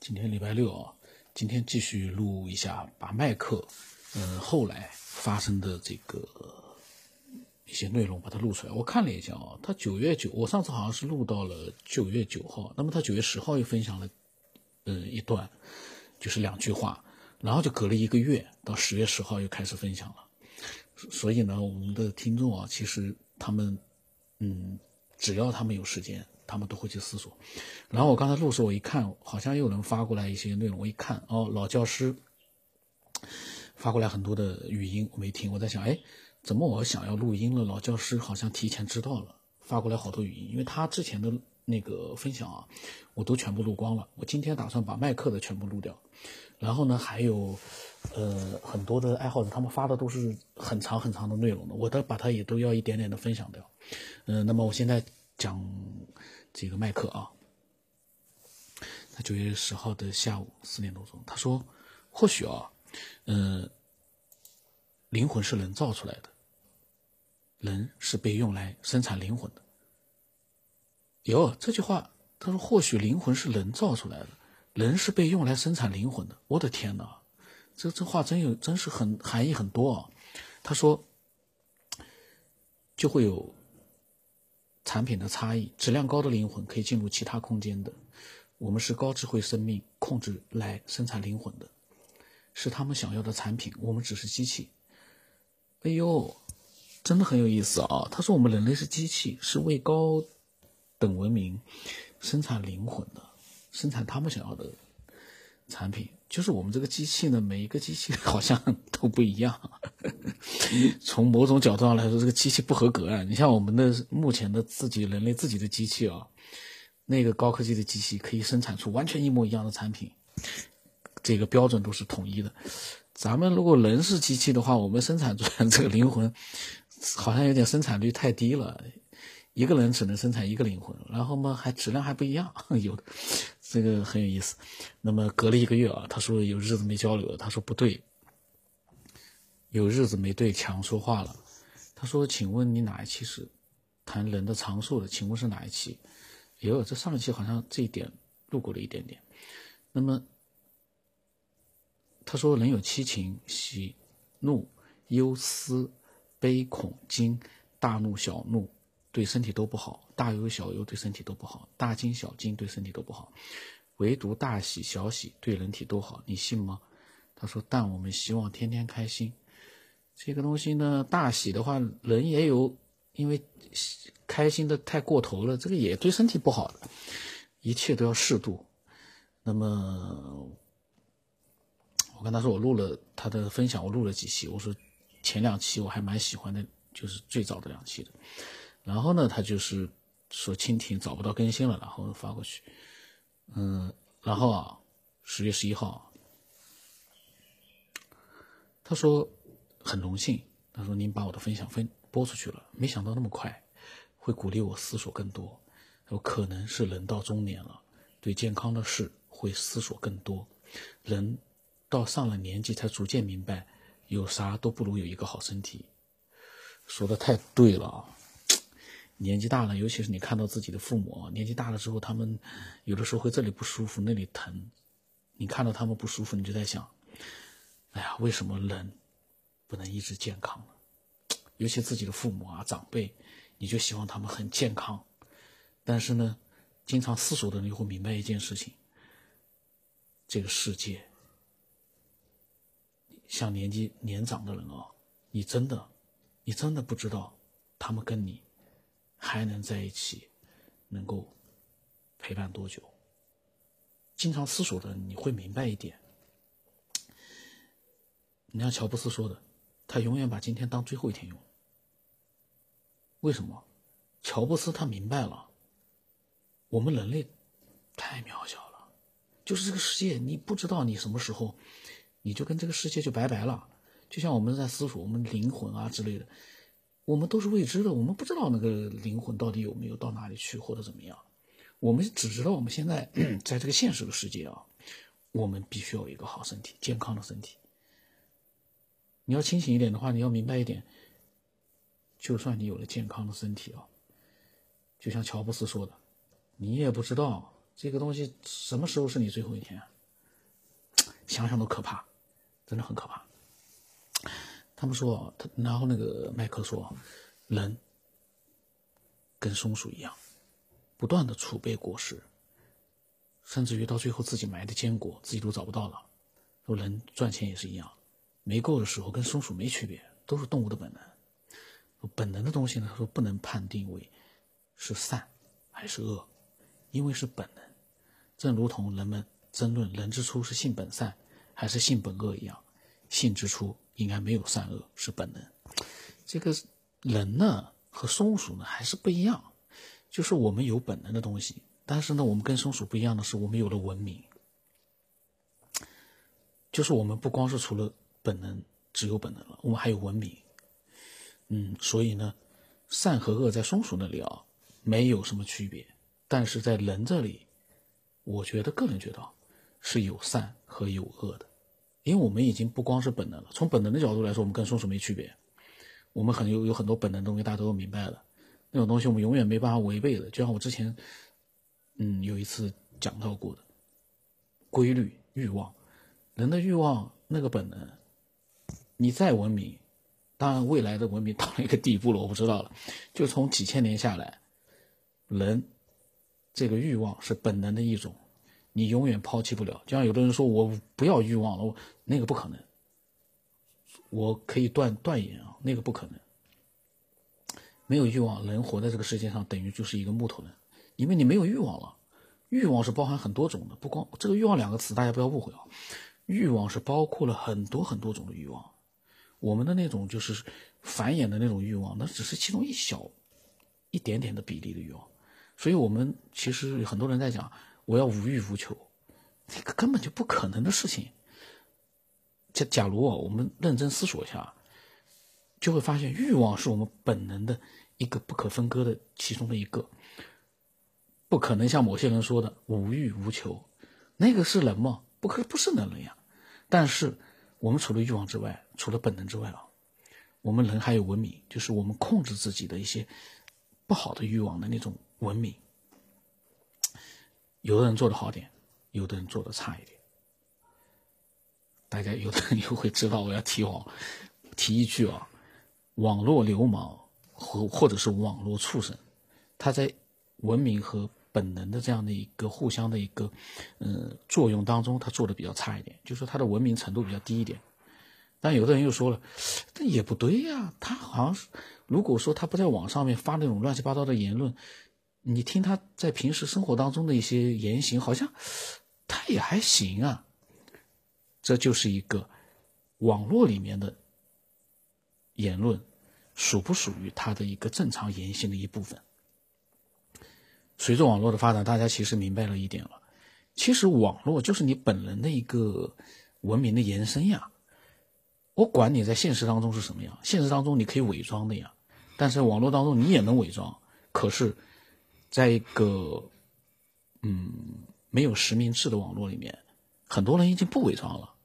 今天礼拜六啊，今天继续录一下，把麦克，后来发生的这个一些内容把它录出来。我看了一下啊，他9月9，我上次好像是录到了9月9号，那么他9月10号又分享了，一段，就是2句话，然后就隔了1个月，到10月10号又开始分享了。所以呢，我们的听众啊，其实他们，只要他们有时间，他们都会去思索。然后我刚才录的时候，我一看，好像又有人发过来一些内容，我一看，老教师发过来很多的语音，我没听，我在想，怎么我想要录音了，老教师好像提前知道了，发过来好多语音，因为他之前的那个分享啊，我都全部录光了，我今天打算把麦克的全部录掉。然后呢，还有很多的爱好者，他们发的都是很长很长的内容的，我把它也都要一点点的分享掉。那么我现在讲这个麦克啊，他9月10号的下午4点多钟，他说，或许啊，灵魂是人造出来的，人是被用来生产灵魂的。这句话，他说或许灵魂是人造出来的，人是被用来生产灵魂的。我的天哪，这话真是很含义很多啊。他说就会有产品的差异，质量高的灵魂可以进入其他空间的。我们是高智慧生命控制来生产灵魂的，是他们想要的产品，我们只是机器。真的很有意思啊。他说我们人类是机器，是为高等文明生产灵魂的，生产他们想要的产品。就是我们这个机器呢，每一个机器好像都不一样。从某种角度上来说，这个机器不合格啊。你像我们的目前的人类自己的机器啊，那个高科技的机器可以生产出完全一模一样的产品，这个标准都是统一的。咱们如果人是机器的话，我们生产出来这个灵魂好像有点生产率太低了，一个人只能生产1个灵魂，然后嘛质量还不一样，有的这个很有意思。那么隔了1个月啊，他说有日子没交流了，他说不对，有日子没对强说话了。他说请问你哪一期是谈人的长寿的，请问是哪一期？这上一期好像这一点录过了一点点。那么他说人有7情，喜怒忧思悲恐惊，大怒小怒对身体都不好，大忧小忧对身体都不好，大惊小惊对身体都不好，唯独大喜小喜对人体都好，你信吗？他说但我们希望天天开心。这个东西呢，大喜的话人也有，因为开心的太过头了，这个也对身体不好的，一切都要适度。那么我跟他说我录了他的分享，我录了几期，我说前2期我还蛮喜欢的，就是最早的2期的。然后呢，他就是说蜻蜓找不到更新了，然后发过去。然后啊10月11号，他说很荣幸，他说您把我的分享播出去了，没想到那么快，会鼓励我思索更多。说可能是人到中年了，对健康的事会思索更多。人到上了年纪才逐渐明白，有啥都不如有一个好身体。说的太对了啊！年纪大了，尤其是你看到自己的父母，年纪大了之后，他们有的时候会这里不舒服，那里疼。你看到他们不舒服，你就在想，为什么人不能一直健康呢？尤其自己的父母啊、长辈，你就希望他们很健康。但是呢，经常思索的人就会明白一件事情，这个世界，像年长的人啊，你真的不知道他们跟你还能在一起，能够陪伴多久。经常思索的人，你会明白一点。你像乔布斯说的，他永远把今天当最后一天用。为什么？乔布斯他明白了，我们人类太渺小了，就是这个世界，你不知道你什么时候你就跟这个世界就拜拜了。就像我们在思索我们灵魂啊之类的，我们都是未知的，我们不知道那个灵魂到底有没有到哪里去或者怎么样。我们只知道我们现在在这个现实的世界啊，我们必须要有一个好身体，健康的身体。你要清醒一点的话，你要明白一点，就算你有了健康的身体啊，就像乔布斯说的，你也不知道这个东西什么时候是你最后一天。 想想都可怕，真的很可怕。他们说，然后那个麦克说，人跟松鼠一样，不断的储备果实，甚至于到最后自己埋的坚果自己都找不到了。说人赚钱也是一样，没够的时候跟松鼠没区别，都是动物的本能。本能的东西呢，他说不能判定为是善还是恶，因为是本能。正如同人们争论人之初是性本善还是性本恶一样，性之初应该没有善恶，是本能。这个人呢和松鼠呢还是不一样，就是我们有本能的东西，但是呢我们跟松鼠不一样的是，我们有了文明，就是我们不光是除了本能只有本能了，我们还有文明。所以呢善和恶在松鼠那里没有什么区别，但是在人这里，我个人觉得是有善和有恶的。因为我们已经不光是本能了，从本能的角度来说，我们跟松鼠没区别。我们有很多本能的东西大家都明白了，那种东西我们永远没办法违背的。就像我之前有一次讲到过的规律欲望，人的欲望那个本能，你再文明，当然未来的文明到了一个地步了，我不知道了，就从几千年下来，人这个欲望是本能的一种，你永远抛弃不了。就像有的人说我不要欲望了，那个不可能，我可以断言那个不可能。没有欲望，人活在这个世界上等于就是一个木头人，因为你没有欲望了。欲望是包含很多种的，不光这个欲望两个词大家不要误会欲望是包括了很多很多种的欲望。我们的那种就是繁衍的那种欲望，那只是其中一点点的比例的欲望。所以我们其实很多人在讲我要无欲无求，这个根本就不可能的事情。假如我们认真思索一下，就会发现欲望是我们本能的一个不可分割的其中的一个，不可能像某些人说的无欲无求，那个是人吗？不是人呀。但是我们除了欲望之外，除了本能之外我们人还有文明，就是我们控制自己的一些不好的欲望的那种文明。有的人做得好点，有的人做得差一点。大家有的人又会知道我要提一句网络流氓或者是网络畜生，他在文明和本能的这样的一个互相的一个作用当中，他做的比较差一点，就是说他的文明程度比较低一点。但有的人又说了，这也不对呀，他好像是如果说他不在网上面发那种乱七八糟的言论，你听他在平时生活当中的一些言行，好像他也还行啊。这就是一个网络里面的言论属不属于他的一个正常言行的一部分。随着网络的发展，大家其实明白了一点了，其实网络就是你本人的一个文明的延伸呀。我管你在现实当中是什么样，现实当中你可以伪装的呀，但是网络当中你也能伪装。可是在一个没有实名制的网络里面，很多人已经不伪装了。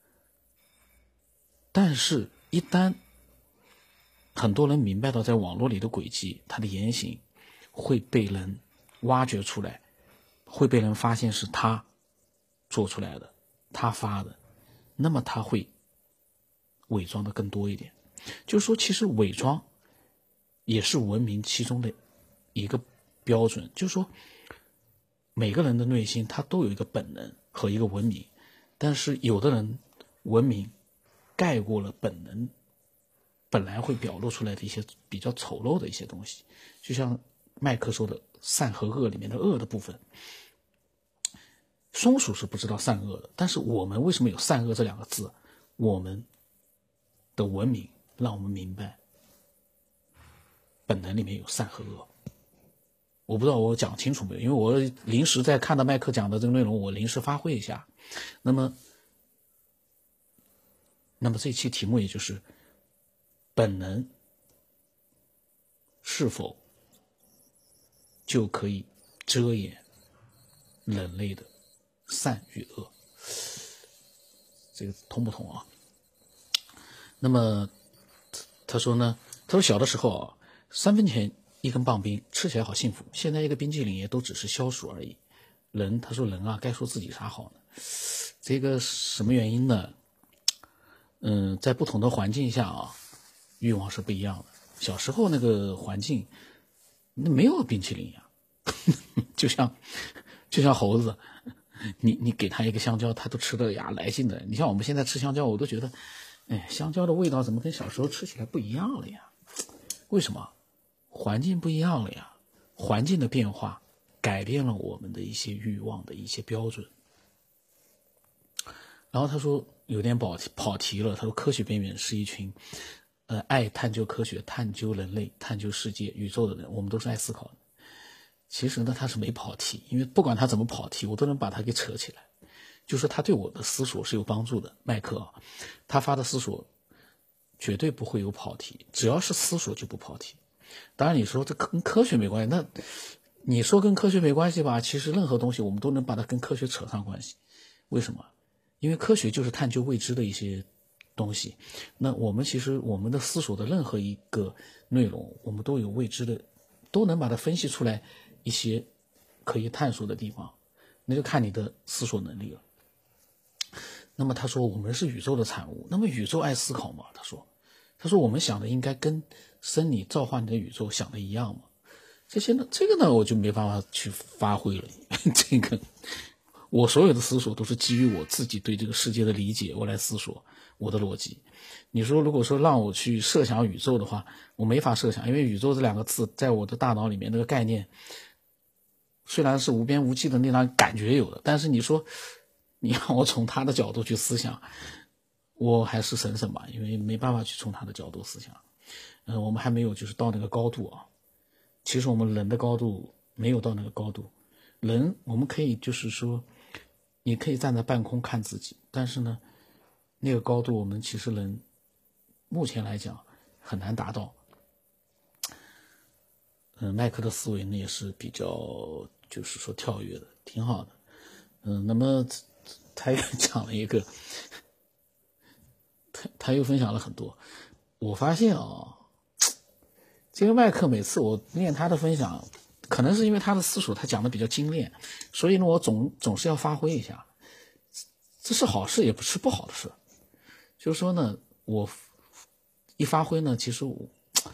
但是一旦很多人明白到在网络里的轨迹，他的言行会被人挖掘出来，会被人发现是他做出来的，他发的，那么他会伪装的更多一点。就是说其实伪装也是文明其中的一个标准，就是说每个人的内心他都有一个本能和一个文明，但是有的人文明盖过了本能本来会表露出来的一些比较丑陋的一些东西。就像麦克说的善和恶里面的恶的部分，松鼠是不知道善恶的，但是我们为什么有善恶这两个字？我们的文明让我们明白本能里面有善和恶。我不知道我讲清楚没有，因为我临时在看到麦克讲的这个内容，我临时发挥一下。那么这期题目也就是本能是否就可以遮掩人类的善与恶，这个通不通啊？那么他说小的时候3分钱一根棒冰，吃起来好幸福，现在一个冰淇淋也都只是消暑而已。他说人该说自己啥好呢？ 这个什么原因呢？在不同的环境下啊，欲望是不一样的。小时候那个环境，那没有冰淇淋呀，就像猴子，你给他一个香蕉，他都吃得呀来劲的。你像我们现在吃香蕉，我都觉得，哎，香蕉的味道怎么跟小时候吃起来不一样了呀？为什么？环境不一样了呀，环境的变化改变了我们的一些欲望的一些标准。然后他说有点跑题了，他说科学边缘是一群爱探究科学、探究人类、探究世界、宇宙的人，我们都是爱思考的。其实呢，他是没跑题，因为不管他怎么跑题，我都能把他给扯起来，就是他对我的思索是有帮助的。麦克啊，他发的思索绝对不会有跑题，只要是思索就不跑题。当然你说这跟科学没关系，那你说跟科学没关系吧，其实任何东西我们都能把它跟科学扯上关系。为什么？因为科学就是探究未知的一些东西，那我们其实我们的思索的任何一个内容，我们都有未知的，都能把它分析出来一些可以探索的地方，那就看你的思索能力了。那么他说我们是宇宙的产物，那么宇宙爱思考吗？他说我们想的应该跟生你造化你的宇宙想的一样吗？这个呢我就没办法去发挥了。这个我所有的思索都是基于我自己对这个世界的理解，我来思索我的逻辑。你说如果说让我去设想宇宙的话，我没法设想，因为宇宙这两个字在我的大脑里面那个概念虽然是无边无际的那种感觉有的，但是你说你让我从他的角度去思想，我还是省省吧，因为没办法去从他的角度思想。我们还没有就是到那个高度啊。其实我们人的高度没有到那个高度，人我们可以就是说你可以站在半空看自己，但是呢那个高度我们其实人目前来讲很难达到。麦克的思维呢也是比较就是说跳跃的，挺好的。那么他又讲了一个，他又分享了很多。我发现啊，这个麦克每次我念他的分享，可能是因为他的思索他讲的比较精炼，所以呢我总是要发挥一下，这是好事也不是不好的事。就是说呢，我一发挥呢，其实我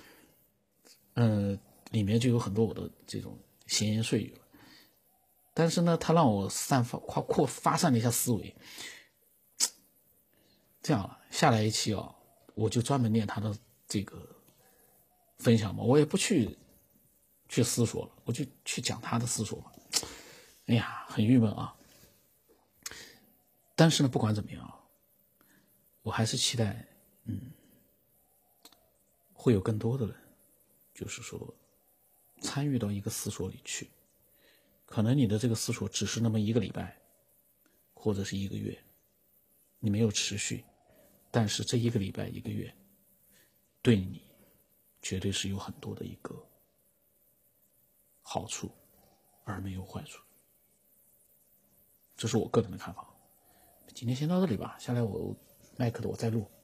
里面就有很多我的这种闲言碎语了。但是呢他让我发散了一下思维。这样了，下来一期啊，我就专门念他的这个分享嘛，我也不去思索了，我就去讲他的思索嘛。哎呀，很郁闷啊。但是呢不管怎么样，我还是期待会有更多的人就是说参与到一个思索里去。可能你的这个思索只是那么一个礼拜或者是一个月，你没有持续，但是这一个礼拜一个月对你绝对是有很多的一个好处而没有坏处。这是我个人的看法。今天先到这里吧，下来麦克的我再录。